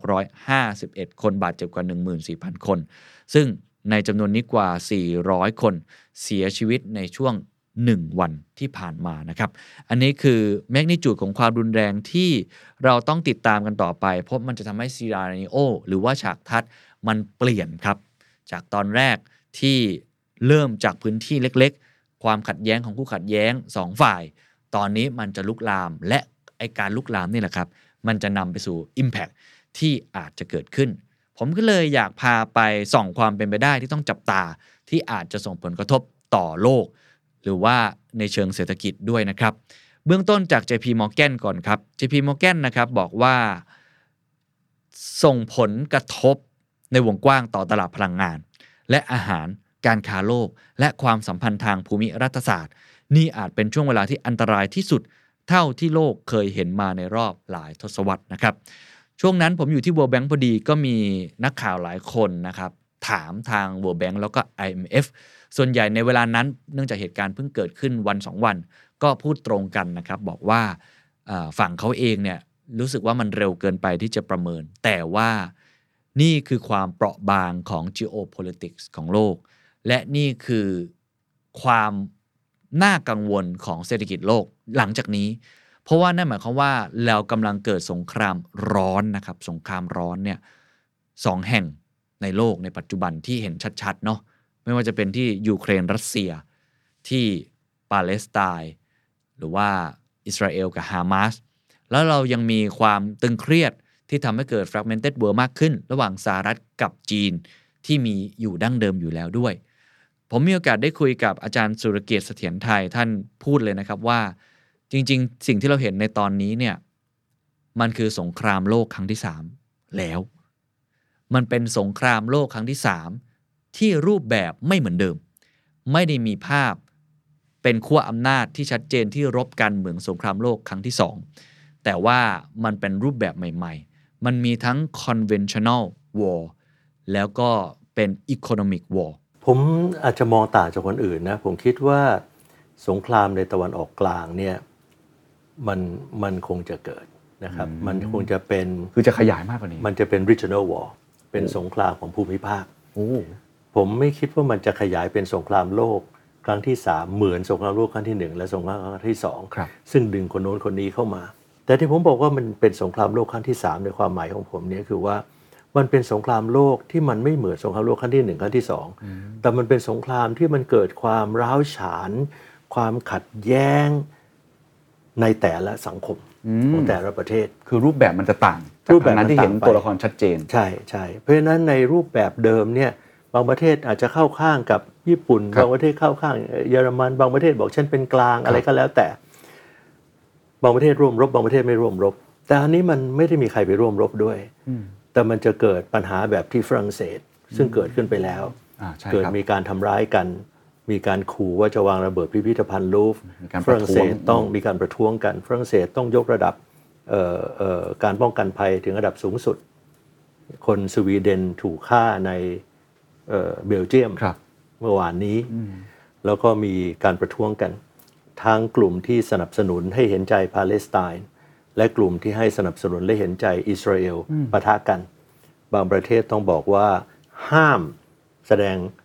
4,651 คนบาดเจ็บกว่า 14,000 คนซึ่งในจำนวนนี้กว่า400คนเสียชีวิตในช่วง1วันที่ผ่านมานะครับอันนี้คือแมกนิจูดของความรุนแรงที่เราต้องติดตามกันต่อไปเพราะมันจะทำให้ซีนาริโอหรือว่าฉากทัศน์มันเปลี่ยนครับจากตอนแรกที่เริ่มจากพื้นที่เล็กๆความขัดแย้งของคู่ขัดแย้ง2ฝ่ายตอนนี้มันจะลุกลามและไอการลุกลามนี่แหละครับมันจะนำไปสู่ Impact ที่อาจจะเกิดขึ้นผมก็เลยอยากพาไปส่องความเป็นไปได้ที่ต้องจับตาที่อาจจะส่งผลกระทบต่อโลกหรือว่าในเชิงเศรษฐกิจด้วยนะครับเบื้องต้นจาก JP Morgan ก่อนครับ JP Morgan นะครับบอกว่าส่งผลกระทบในวงกว้างต่อตลาดพลังงานและอาหารการค้าโลกและความสัมพันธ์ทางภูมิรัฐศาสตร์นี่อาจเป็นช่วงเวลาที่อันตรายที่สุดเท่าที่โลกเคยเห็นมาในรอบหลายทศวรรษนะครับช่วงนั้นผมอยู่ที่ World Bank พอดีก็มีนักข่าวหลายคนนะครับถามทาง World Bank แล้วก็ IMFส่วนใหญ่ในเวลานั้นเนื่องจากเหตุการณ์เพิ่งเกิดขึ้นวัน2วันก็พูดตรงกันนะครับบอกว่าฝั่งเขาเองเนี่ยรู้สึกว่ามันเร็วเกินไปที่จะประเมินแต่ว่านี่คือความเปราะบางของ geopolitics ของโลกและนี่คือความน่ากังวลของเศรษฐกิจโลกหลังจากนี้เพราะว่านั่นหมายความว่าเรากำลังเกิดสงครามร้อนนะครับสงครามร้อนเนี่ย2แห่งในโลกในปัจจุบันที่เห็นชัดๆเนาะไม่ว่าจะเป็นที่ยูเครนรัสเซียที่ปาเลสไตน์หรือว่าอิสราเอลกับฮามาสแล้วเรายังมีความตึงเครียดที่ทำให้เกิด fragmented world มากขึ้นระหว่างสหรัฐกับจีนที่มีอยู่ดั้งเดิมอยู่แล้วด้วยผมมีโอกาสได้คุยกับอาจารย์สุรเกียรติเสถียรไทยท่านพูดเลยนะครับว่าจริงๆสิ่งที่เราเห็นในตอนนี้เนี่ยมันคือสงครามโลกครั้งที่3แล้วมันเป็นสงครามโลกครั้งที่3ที่รูปแบบไม่เหมือนเดิมไม่ได้มีภาพเป็นขั้วอำนาจที่ชัดเจนที่รบกันเหมือนสงครามโลกครั้งที่2แต่ว่ามันเป็นรูปแบบใหม่ๆมันมีทั้ง conventional war แล้วก็เป็น economic war ผมอาจจะมองต่างจากคนอื่นนะผมคิดว่าสงครามในตะวันออกกลางเนี่ยมันคงจะเกิดนะครับมันคงจะเป็นคือจะขยายมากกว่านี้มันจะเป็น regional war เป็นสงครามของภูมิภาคผมไม่คิดว่ามันจะขยายเป็นสงครามโลกครั้งที่3เหมือนสงครามโลกครั้งที่1และสงครามครั้งที่2ซึ่งดึงคนโน้นคนนี้เข้ามาแต่ที่ผมบอกว่ามันเป็นสงครามโลกครั้งที่3ในความหมายของผมเนี่ยคือว่ามันเป็นสงครามโลกที่มันไม่เหมือนสงครามโลกครั้งที่1ครั้งที่2แต่มันเป็นสงครามที่มันเกิดความร้าวฉานความขัดแย้งในแต่ละสังคมของแต่ละประเทศคือรูปแบบมันจะต่างรูปแบบนั้นที่เห็นตัวละครชัดเจนใช่เพราะฉะนั้นในรูปแบบเดิมเนี่ยบางประเทศอาจจะเข้าข้างกับญี่ปุ่นบางประเทศเข้าข้างเยอรมันบางประเทศบอกฉันเป็นกลางอะไรก็แล้วแต่บางประเทศร่วมรบบางประเทศไม่ร่วมรบแต่อันนี้มันไม่ได้มีใครไปร่วมรบด้วยแต่มันจะเกิดปัญหาแบบที่ฝรั่งเศสซึ่งเกิดขึ้นไปแล้วเกิดมีการทำร้ายกันมีการขู่ว่าจะวางระเบิดพิพิธภัณฑ์ลูฟร์ฝรั่งเศสต้องมีการประท้วงกันฝรั่งเศสต้องยกระดับการป้องกันภัยถึงระดับสูงสุดคนสวีเดนถูกฆ่าในเบลเยียมเมื่อวานนี้แล้วก็มีการประท้วงกันทั้งกลุ่มที่สนับสนุนให้เห็นใจปาเลสไตน์และกลุ่มที่ให้สนับสนุนและเห็นใจอิสราเอลปะทะกันบางประเทศต้องบอกว่าห้ามแสดง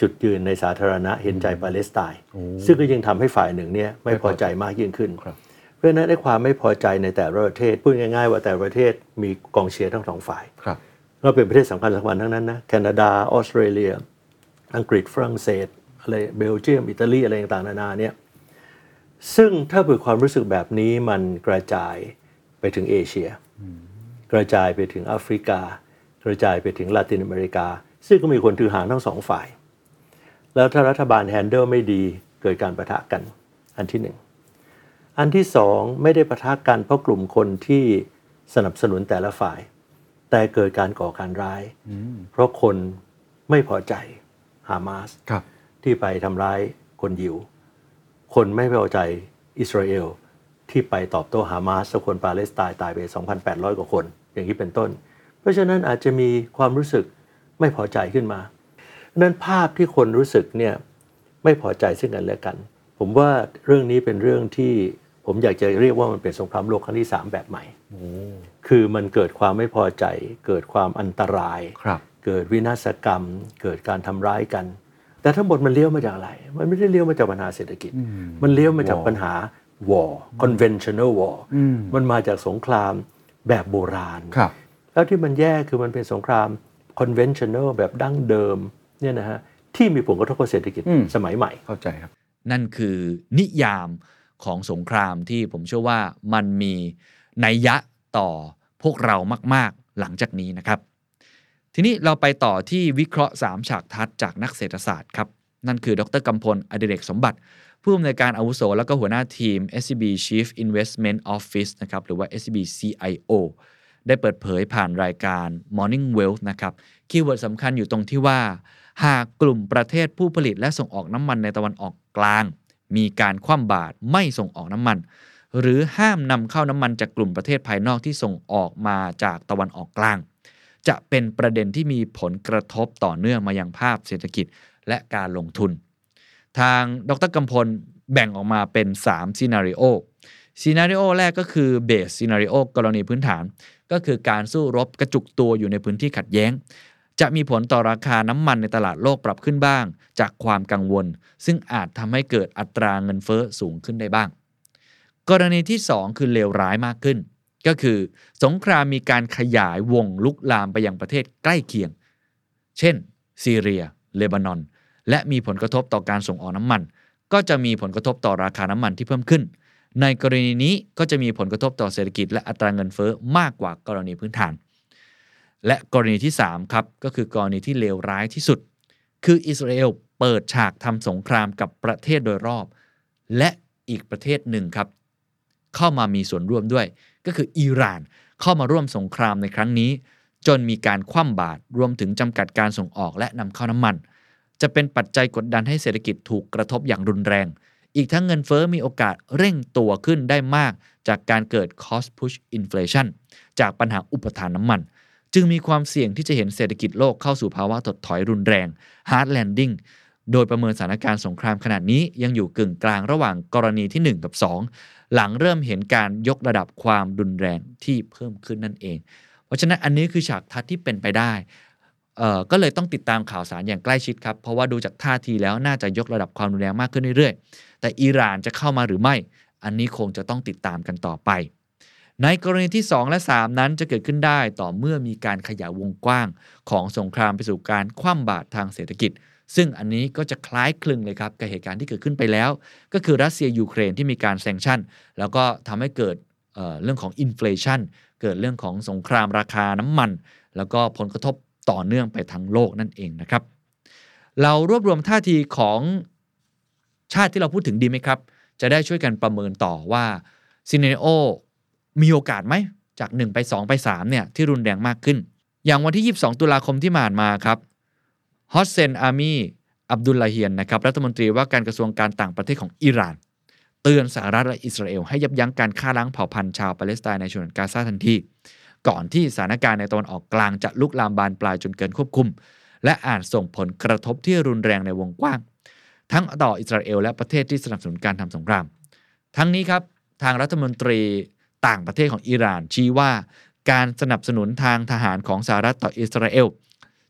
จุดยืนในสาธารณะเห็นใจปาเลสไตน์ซึ่งก็ยังทำให้ฝ่ายหนึ่งเนี่ยไม่พอใจมากยิ่งขึ้นเพราะฉะนั้นในความไม่พอใจในแต่ละประเทศพูดง่ายๆว่าแต่ละประเทศมีกองเชียร์ทั้งสองฝ่ายก็เป็นประเทศสำคัญทั้งนั้นนะแคนาดาออสเตรเลียอังกฤษฝรั่งเศสอะไรเบลเยียมอิตาลีอะไรต่างๆนานาเนี่ยซึ่งถ้าเกิดความรู้สึกแบบนี้มันกระจายไปถึงเอเชียกระจายไปถึงแอฟริกากระจายไปถึงลาตินอเมริกาซึ่งก็มีคนถือหางทั้งสองฝ่ายแล้วถ้ารัฐบาลแฮนเดิลไม่ดีเกิดการปะทะกันอันที่หนึ่งอันที่สองไม่ได้ปะทะกันเพราะกลุ่มคนที่สนับสนุนแต่ละฝ่ายแต่เกิดการก่อการร้ายเพราะคนไม่พอใจฮามาสที่ไปทำร้ายคนยิวคนไม่พอใจอิสราเอลที่ไปตอบโต้ฮามาสและคนปาเลสไตน์ตายไป 2,800 กว่าคนอย่างนี้เป็นต้นเพราะฉะนั้นอาจจะมีความรู้สึกไม่พอใจขึ้นมานั้นภาพที่คนรู้สึกเนี่ยไม่พอใจซึ่งกันและกันผมว่าเรื่องนี้เป็นเรื่องที่ผมอยากจะเรียกว่ามันเป็นสงครามโลกครั้งที่3แบบใหม่คือมันเกิดความไม่พอใจเกิดความอันตรายเกิดวินาศกรรมเกิดการทำร้ายกันแต่ทั้งหมดมันเลี้ยวมาจากอะไรมันไม่ได้เลี้ยวมาจากปัญหาเศรษฐกิจมันเลี้ยวมาจากปัญหา war conventional war มันมาจากสงครามแบบโบราณแล้วที่มันแย่คือมันเป็นสงคราม conventional แบบดั้งเดิมเนี่ยนะฮะที่มีผลกระทบกับเศรษฐกิจสมัยใหม่เข้าใจครับนั่นคือนิยามของสงครามที่ผมเชื่อว่ามันมีนัยยะต่อพวกเรามากๆหลังจากนี้นะครับทีนี้เราไปต่อที่วิเคราะห์3ฉากทัศน์จากนักเศรษฐศาสตร์ครับนั่นคือดร.กำพล อดิเรกสมบัติผู้อำนวยการอาวุโสและก็หัวหน้าทีม SCB Chief Investment Office นะครับหรือว่า SCB CIO ได้เปิดเผยผ่านรายการ Morning Wealth นะครับคีย์เวิร์ดสำคัญอยู่ตรงที่ว่าหากกลุ่มประเทศผู้ผลิตและส่งออกน้ำมันในตะวันออกกลางมีการคว่ำบาตรไม่ส่งออกน้ำมันหรือห้ามนำเข้าน้ำมันจากกลุ่มประเทศภายนอกที่ส่งออกมาจากตะวันออกกลางจะเป็นประเด็นที่มีผลกระทบต่อเนื่องมายังภาพเศรษฐกิจและการลงทุนทางดร.กำพลแบ่งออกมาเป็น3ซีนาริโอซีนาริโอแรกก็คือเบสซีนาริโอกรณีพื้นฐานก็คือการสู้รบกระจุกตัวอยู่ในพื้นที่ขัดแย้งจะมีผลต่อราคาน้ำมันในตลาดโลกปรับขึ้นบ้างจากความกังวลซึ่งอาจทำให้เกิดอัตราเงินเฟ้อสูงขึ้นได้บ้างกรณีที่2คือเลวร้ายมากขึ้นก็คือสงครามมีการขยายวงลุกลามไปยังประเทศใกล้เคียงเช่นซีเรียเลบานอนและมีผลกระทบต่อการส่งออกน้ำมันก็จะมีผลกระทบต่อราคาน้ำมันที่เพิ่มขึ้นในกรณีนี้ก็จะมีผลกระทบต่อเศรษฐกิจและอัตราเงินเฟ้อมากกว่ากรณีพื้นฐานและกรณีที่3ครับก็คือกรณีที่เลวร้ายที่สุดคืออิสราเอลเปิดฉากทำสงครามกับประเทศโดยรอบและอีกประเทศหนึ่งครับเข้ามามีส่วนร่วมด้วยก็คืออิหร่านเข้ามาร่วมสงครามในครั้งนี้จนมีการคว่ำบาตรรวมถึงจำกัดการส่งออกและนำเข้าน้ำมันจะเป็นปัจจัยกดดันให้เศรษฐกิจถูกกระทบอย่างรุนแรงอีกทั้งเงินเฟ้อมีโอกาสเร่งตัวขึ้นได้มากจากการเกิด cost push inflation จากปัญหาอุปทานน้ำมันจึงมีความเสี่ยงที่จะเห็นเศรษฐกิจโลกเข้าสู่ภาวะถดถอยรุนแรง hard landing โดยประเมินสถานการณ์สงครามขนาดนี้ยังอยู่กึ่งกลางระหว่างกรณีที่1กับ2หลังเริ่มเห็นการยกระดับความรุนแรงที่เพิ่มขึ้นนั่นเองเพราะฉะนั้นอันนี้คือฉากทัศน์ที่เป็นไปได้ก็เลยต้องติดตามข่าวสารอย่างใกล้ชิดครับเพราะว่าดูจากท่าทีแล้วน่าจะยกระดับความรุนแรงมากขึ้นเรื่อยๆแต่อิหร่านจะเข้ามาหรือไม่อันนี้คงจะต้องติดตามกันต่อไปในกรณีที่2และ3นั้นจะเกิดขึ้นได้ต่อเมื่อมีการขยายวงกว้างของสงครามไปสู่การคว่ำบาตรทางเศรษฐกิจซึ่งอันนี้ก็จะคล้ายคลึงเลยครับกับเหตุการณ์ที่เกิดขึ้นไปแล้วก็คือรัสเซียยูเครนที่มีการแซงชั่นแล้วก็ทำให้เกิดเรื่องของอินเฟลชันเกิดเรื่องของสงครามราคาน้ำมันแล้วก็ผลกระทบต่อเนื่องไปทั้งโลกนั่นเองนะครับเรารวบรวมท่าทีของชาติที่เราพูดถึงดีไหมครับจะได้ช่วยกันประเมินต่อว่าซีนาริโอมีโอกาสไหมจาก1ไป2ไป3เนี่ยที่รุนแรงมากขึ้นอย่างวันที่22ตุลาคมที่ผ่านมาครับฮอสเซนอามีอับดุลลาเฮียนนะครับรัฐมนตรีว่าการกระทรวงการต่างประเทศของอิหร่านเตือนสหรัฐและอิสราเอลให้ยับยั้งการฆ่าล้างเผ่าพันธุ์ชาวปาเลสไตน์ในฉนวนกาซาทันทีก่อนที่สถานการณ์ในตะวันออกกลางจะลุกลามบานปลายจนเกินควบคุมและอาจส่งผลกระทบที่รุนแรงในวงกว้างทั้งต่ออิสราเอลและประเทศที่สนับสนุนการทำสงครามทั้งนี้ครับทางรัฐมนตรีต่างประเทศของอิหร่านชี้ว่าการสนับสนุนทางทหารของสหรัฐต่ออิสราเอล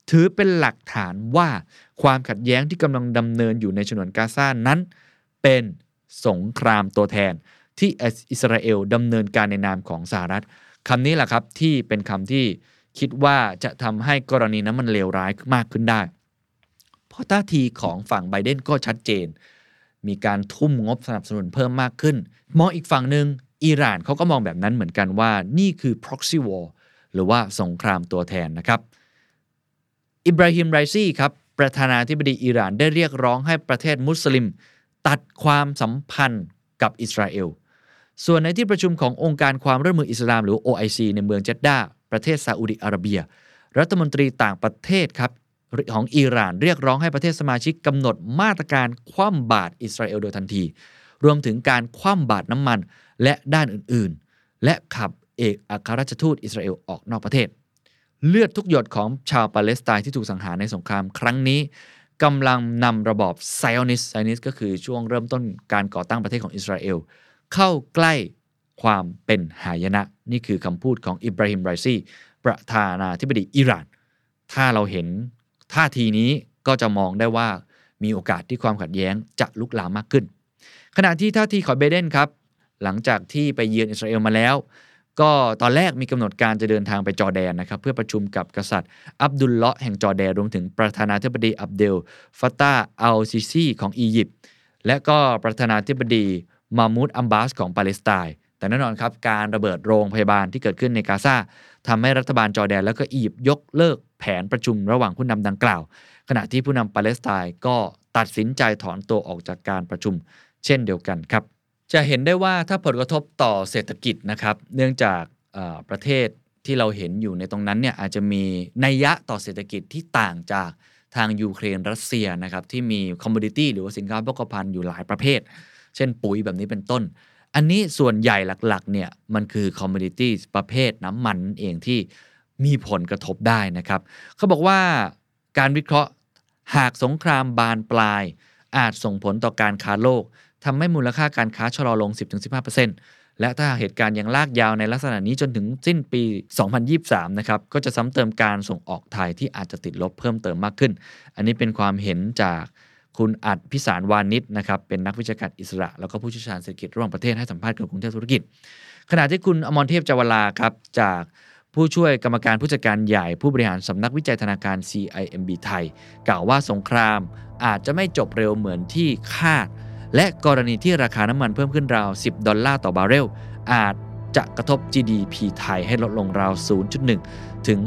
ถือเป็นหลักฐานว่าความขัดแย้งที่กำลังดำเนินอยู่ในฉนวนกาซานั้นเป็นสงครามตัวแทนที่อิสราเอลดำเนินการในนามของสหรัฐคำนี้แหละครับที่เป็นคำที่คิดว่าจะทำให้กรณีนั้นมันเลวร้ายมากขึ้นได้เพราะท่าทีของฝั่งไบเดนก็ชัดเจนมีการทุ่มงบสนับสนุนเพิ่มมากขึ้นมองอีกฝั่งหนึ่งอิหร่านเขาก็มองแบบนั้นเหมือนกันว่านี่คือ proxy war หรือว่าสงครามตัวแทนนะครับอิบราฮิม ไรซีครับประธานาธิบดีอิหร่านได้เรียกร้องให้ประเทศมุสลิมตัดความสัมพันธ์กับอิสราเอลส่วนในที่ประชุมขององค์การความร่วมมืออิสลามหรือ OIC ในเมืองเจดดาห์ประเทศซาอุดิอาระเบียรัฐมนตรีต่างประเทศครับของอิหร่านเรียกร้องให้ประเทศสมาชิกกำหนดมาตรการคว่ำบาตรอิสราเอลโดยทันทีรวมถึงการคว่ำบาตรน้ำมันและด้านอื่นๆและขับเอกอัครราชทูตอิสราเอลออกนอกประเทศเลือดทุกหยดของชาวปาเลสไตน์ที่ถูกสังหารในสงครามครั้งนี้กำลังนำระบอบไซออนิสต์ก็คือช่วงเริ่มต้นการก่อตั้งประเทศของอิสราเอลเข้าใกล้ความเป็นหายนะนี่คือคำพูดของอิบราฮิม ไรซีประธานาธิบดีอิหร่านถ้าเราเห็นท่าทีนี้ก็จะมองได้ว่ามีโอกาสที่ความขัดแย้งจะลุกลามมากขึ้นขณะที่ท่าทีของไบเดนครับหลังจากที่ไปเยือนอิสราเอลมาแล้วก็ตอนแรกมีกำหนดการจะเดินทางไปจอร์แดนนะครับเพื่อประชุมกับกษัตริย์อับดุลเลาะห์แห่งจอร์แดนรวมถึงประธานาธิบดีอับเดลฟัตตาห์อัลซิซีของอียิปต์และก็ประธานาธิบดีมามูดอัมบาสของปาเลสไตน์แต่แน่นอนครับการระเบิดโรงพยาบาลที่เกิดขึ้นในกาซาทำให้รัฐบาลจอร์แดนและก็อียิปต์ยกเลิกแผนประชุมระหว่างผู้นำดังกล่าวขณะที่ผู้นำปาเลสไตน์ก็ตัดสินใจถอนตัวออกจากการประชุมเช่นเดียวกันครับจะเห็นได้ว่าถ้าผลกระทบต่อเศรษฐกิจนะครับเนื่องจากประเทศที่เราเห็นอยู่ในตรงนั้นเนี่ยอาจจะมีนัยยะต่อเศรษฐกิจที่ต่างจากทางยูเครนรัสเซียนะครับที่มีคอมโมดิตี้หรือว่าสินค้าโภคภัณฑ์อยู่หลายประเภทเช่นปุ๋ยแบบนี้เป็นต้นอันนี้ส่วนใหญ่หลักๆเนี่ยมันคือคอมโมดิตี้ประเภทน้ำมันเองที่มีผลกระทบได้นะครับเขาบอกว่าการวิเคราะห์หากสงครามบานปลายอาจส่งผลต่อการค้าโลกทำให้มูลค่าการค้าชะลอลง 10-15% และถ้าเหตุการณ์ยังลากยาวในลักษณะนี้จนถึงสิ้นปี 2023 นะครับก็จะซ้ำเติมการส่งออกไทยที่อาจจะติดลบเพิ่มเติมมากขึ้นอันนี้เป็นความเห็นจากคุณอัดพิสารวานิชนะครับเป็นนักวิชาการอิสระแล้วก็ผู้เชี่ยวชาญเศรษฐกิจระหว่างประเทศให้สัมภาษณ์กับกรุงเทพธุรกิจขณะที่คุณอมรเทพจวราครับจากผู้ช่วยกรรมการผู้จัดการใหญ่ผู้บริหารสำนักวิจัยธนาคาร CIMB ไทยกล่าวว่าสงครามอาจจะไม่จบเร็วเหมือนที่คาดและกรณีที่ราคาน้ำมันเพิ่มขึ้นราว$10ต่อบาร์เรลอาจจะกระทบ GDP ไทยให้ลดลงราว 0.1 ถึง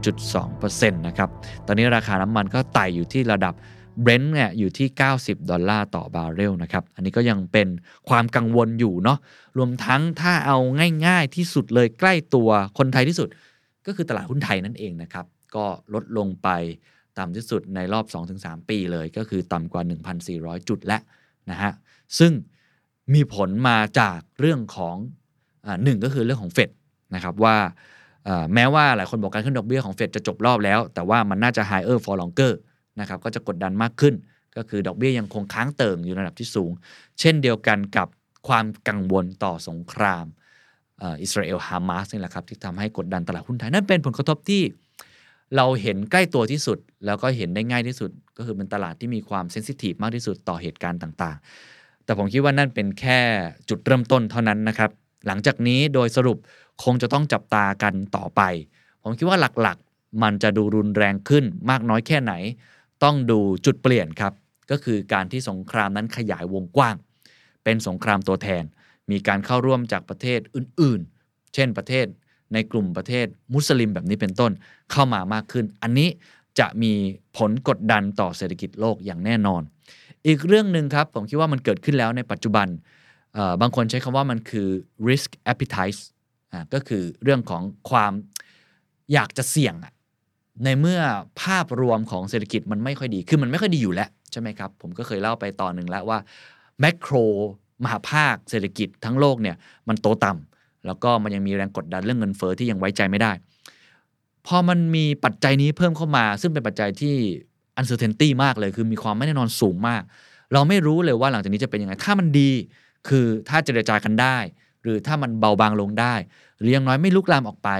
0.2% นะครับตอนนี้ราคาน้ำมันก็ไต่อยู่ที่ระดับBrent เนี่ยอยู่ที่$90ต่อบาร์เรลนะครับอันนี้ก็ยังเป็นความกังวลอยู่เนาะรวมทั้งถ้าเอาง่ายๆที่สุดเลยใกล้ตัวคนไทยที่สุดก็คือตลาดหุ้นไทยนั่นเองนะครับก็ลดลงไปต่ำที่สุดในรอบ 2-3 ปีเลยก็คือต่ำกว่า 1,400 จุดแล้วนะฮะซึ่งมีผลมาจากเรื่องของหนึ่งก็คือเรื่องของเฟดนะครับว่าแม้ว่าหลายคนบอกการขึ้นดอกเบี้ยของเฟดจะจบรอบแล้วแต่ว่ามันน่าจะ higher for longer นะครับก็จะกดดันมากขึ้นก็คือดอกเบี้ยยังคงค้างเติ่งอยู่ในระดับที่สูงเช่นเดียวกันกับความกังวลต่อสงครามอิสราเอลฮามาสนี่แหละครับที่ทำให้กดดันตลาดหุ้นไทยนั่นเป็นผลกระทบที่เราเห็นใกล้ตัวที่สุดแล้วก็เห็นได้ง่ายที่สุดก็คือเป็นตลาดที่มีความเซนซิทีฟมากที่สุดต่อเหตุการณ์ต่างๆแต่ผมคิดว่านั่นเป็นแค่จุดเริ่มต้นเท่านั้นนะครับหลังจากนี้โดยสรุปคงจะต้องจับตากันต่อไปผมคิดว่าหลักๆมันจะดูรุนแรงขึ้นมากน้อยแค่ไหนต้องดูจุดเปลี่ยนครับก็คือการที่สงครามนั้นขยายวงกว้างเป็นสงครามตัวแทนมีการเข้าร่วมจากประเทศอื่นๆเช่นประเทศในกลุ่มประเทศมุสลิมแบบนี้เป็นต้นเข้ามามากขึ้นอันนี้จะมีผลกดดันต่อเศรษฐกิจโลกอย่างแน่นอนอีกเรื่องนึงครับผมคิดว่ามันเกิดขึ้นแล้วในปัจจุบันบางคนใช้คำว่ามันคือ risk appetite ก็คือเรื่องของความอยากจะเสี่ยงในเมื่อภาพรวมของเศรษฐกิจมันไม่ค่อยดีคือมันไม่ค่อยดีอยู่แล้วใช่ไหมครับผมก็เคยเล่าไปตอนหนึ่งแล้วว่าแมคโครมหาภาคเศรษฐกิจทั้งโลกเนี่ยมันโตต่ำแล้วก็มันยังมีแรงกดดันเรื่องเงินเฟ้อที่ยังไว้ใจไม่ได้พอมันมีปัจจัยนี้เพิ่มเข้ามาซึ่งเป็นปัจจัยที่ uncertainty มากเลยคือมีความไม่แน่นอนสูงมากเราไม่รู้เลยว่าหลังจากนี้จะเป็นยังไงถ้ามันดีคือถ้าเจรจากันได้หรือถ้ามันเบาบางลงได้หรืออย่างน้อยไม่ลุกลามออกไป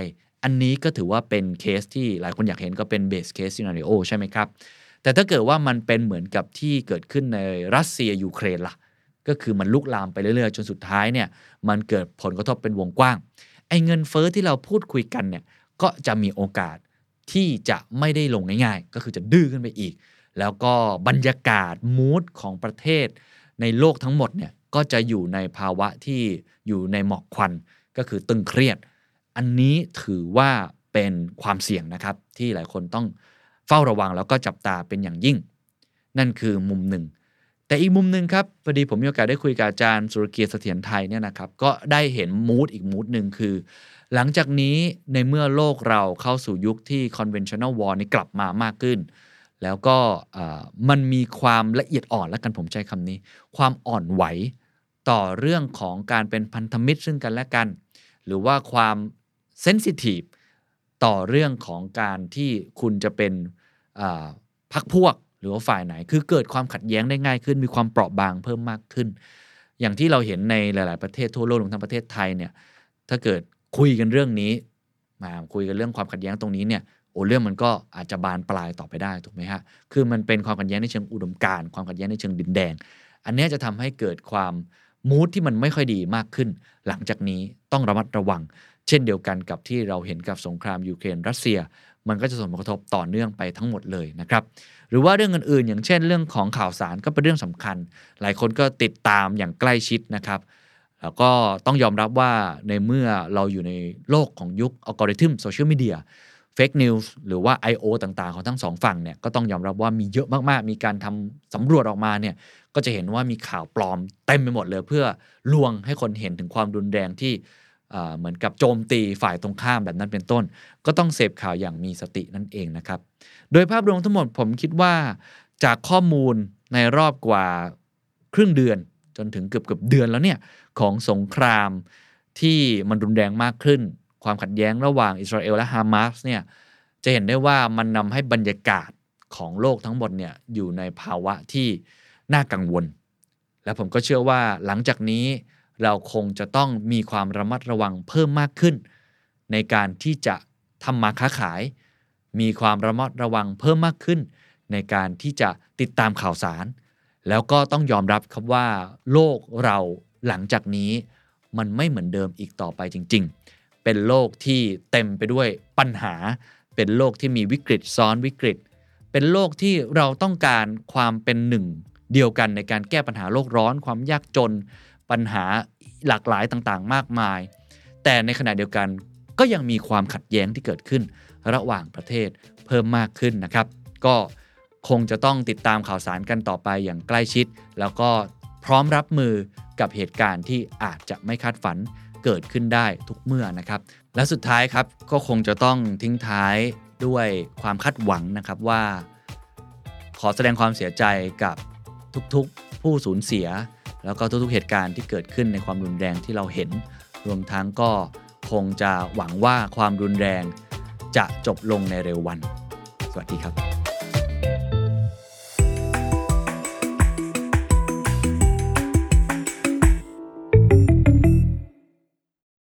อันนี้ก็ถือว่าเป็นเคสที่หลายคนอยากเห็นก็เป็น base case scenario ใช่ไหมครับแต่ถ้าเกิดว่ามันเป็นเหมือนกับที่เกิดขึ้นในรัสเซียยูเครนล่ะก็คือมันลุกลามไปเรื่อยๆจนสุดท้ายเนี่ยมันเกิดผลกระทบเป็นวงกว้างไอ้เงินเฟ้อที่เราพูดคุยกันเนี่ยก็จะมีโอกาสที่จะไม่ได้ลงง่ายๆก็คือจะดื้อขึ้นไปอีกแล้วก็บรรยากาศมูดของประเทศในโลกทั้งหมดเนี่ยก็จะอยู่ในภาวะที่อยู่ในหมอกควันก็คือตึงเครียดอันนี้ถือว่าเป็นความเสี่ยงนะครับที่หลายคนต้องเฝ้าระวังแล้วก็จับตาเป็นอย่างยิ่งนั่นคือมุมหนึ่งแต่อีกมุมหนึ่งครับพอดีผมมีโอกาสได้คุยกับอาจารย์สุรเกียรติเสถียรไทยเนี่ยนะครับก็ได้เห็นมูดอีกมูดหนึ่งคือหลังจากนี้ในเมื่อโลกเราเข้าสู่ยุคที่ conventional war นี่กลับมามากขึ้นแล้วก็มันมีความละเอียดอ่อนแล้วกันผมใช้คำนี้ความอ่อนไหวต่อเรื่องของการเป็นพันธมิตรซึ่งกันและกันหรือว่าความเซนซิทีฟต่อเรื่องของการที่คุณจะเป็นพรรคพวกหรือว่าฝ่ายไหนคือเกิดความขัดแย้งได้ง่ายขึ้นมีความเปราะบางเพิ่มมากขึ้นอย่างที่เราเห็นในหลายๆประเทศทั่วโลกรวมทั้งประเทศไทยเนี่ยถ้าเกิดคุยกันเรื่องนี้มาคุยกันเรื่องความขัดแย้งตรงนี้เนี่ยเรื่องมันก็อาจจะบานปลายต่อไปได้ถูกไหมฮะคือมันเป็นความขัดแย้งในเชิงอุดมการณ์ความขัดแย้งในเชิงดินแดนอันนี้จะทำให้เกิดความมูดที่มันไม่ค่อยดีมากขึ้นหลังจากนี้ต้องระมัดระวังเช่นเดียวกันกับที่เราเห็นกับสงครามยูเครนรัสเซียมันก็จะส่งผลกระทบต่อเนื่องไปทั้งหมดเลยนะครับหรือว่าเรื่องอื่นๆอย่างเช่นเรื่องของข่าวสารก็เป็นเรื่องสำคัญหลายคนก็ติดตามอย่างใกล้ชิดนะครับแล้วก็ต้องยอมรับว่าในเมื่อเราอยู่ในโลกของยุคอัลกอริทึมโซเชียลมีเดียเฟกนิวส์หรือว่า I.O. ต่างๆของทั้งสองฝั่งเนี่ยก็ต้องยอมรับว่ามีเยอะมากๆมีการทำสำรวจออกมาเนี่ยก็จะเห็นว่ามีข่าวปลอมเต็มไปหมดเลยเพื่อลวงให้คนเห็นถึงความรุนแรงที่เหมือนกับโจมตีฝ่ายตรงข้ามแบบนั้นเป็นต้นก็ต้องเสพข่าวอย่างมีสตินั่นเองนะครับโดยภาพรวมทั้งหมดผมคิดว่าจากข้อมูลในรอบกว่าครึ่งเดือนจนถึงเกือบเดือนแล้วเนี่ยของสงครามที่มันรุนแรงมากขึ้นความขัดแย้งระหว่างอิสราเอลและฮามาสเนี่ยจะเห็นได้ว่ามันนำให้บรรยากาศของโลกทั้งหมดเนี่ยอยู่ในภาวะที่น่ากังวลและผมก็เชื่อว่าหลังจากนี้เราคงจะต้องมีความระมัดระวังเพิ่มมากขึ้นในการที่จะทำมาค้าขายมีความระมัดระวังเพิ่มมากขึ้นในการที่จะติดตามข่าวสารแล้วก็ต้องยอมรับครับว่าโลกเราหลังจากนี้มันไม่เหมือนเดิมอีกต่อไปจริงๆเป็นโลกที่เต็มไปด้วยปัญหาเป็นโลกที่มีวิกฤตซ้อนวิกฤตเป็นโลกที่เราต้องการความเป็นหนึ่งเดียวกันในการแก้ปัญหาโลกร้อนความยากจนปัญหาหลากหลายต่างๆมากมายแต่ในขณะเดียวกันก็ยังมีความขัดแย้งที่เกิดขึ้นระหว่างประเทศเพิ่มมากขึ้นนะครับก็คงจะต้องติดตามข่าวสารกันต่อไปอย่างใกล้ชิดแล้วก็พร้อมรับมือกับเหตุการณ์ที่อาจจะไม่คาดฝันเกิดขึ้นได้ทุกเมื่อนะครับและสุดท้ายครับก็คงจะต้องทิ้งท้ายด้วยความคาดหวังนะครับว่าขอแสดงความเสียใจกับทุกๆผู้สูญเสียแล้วก็ทุกๆเหตุการณ์ที่เกิดขึ้นในความรุนแรงที่เราเห็นรวมทั้งก็คงจะหวังว่าความรุนแรงจะจบลงในเร็ววันสวัสดีครับ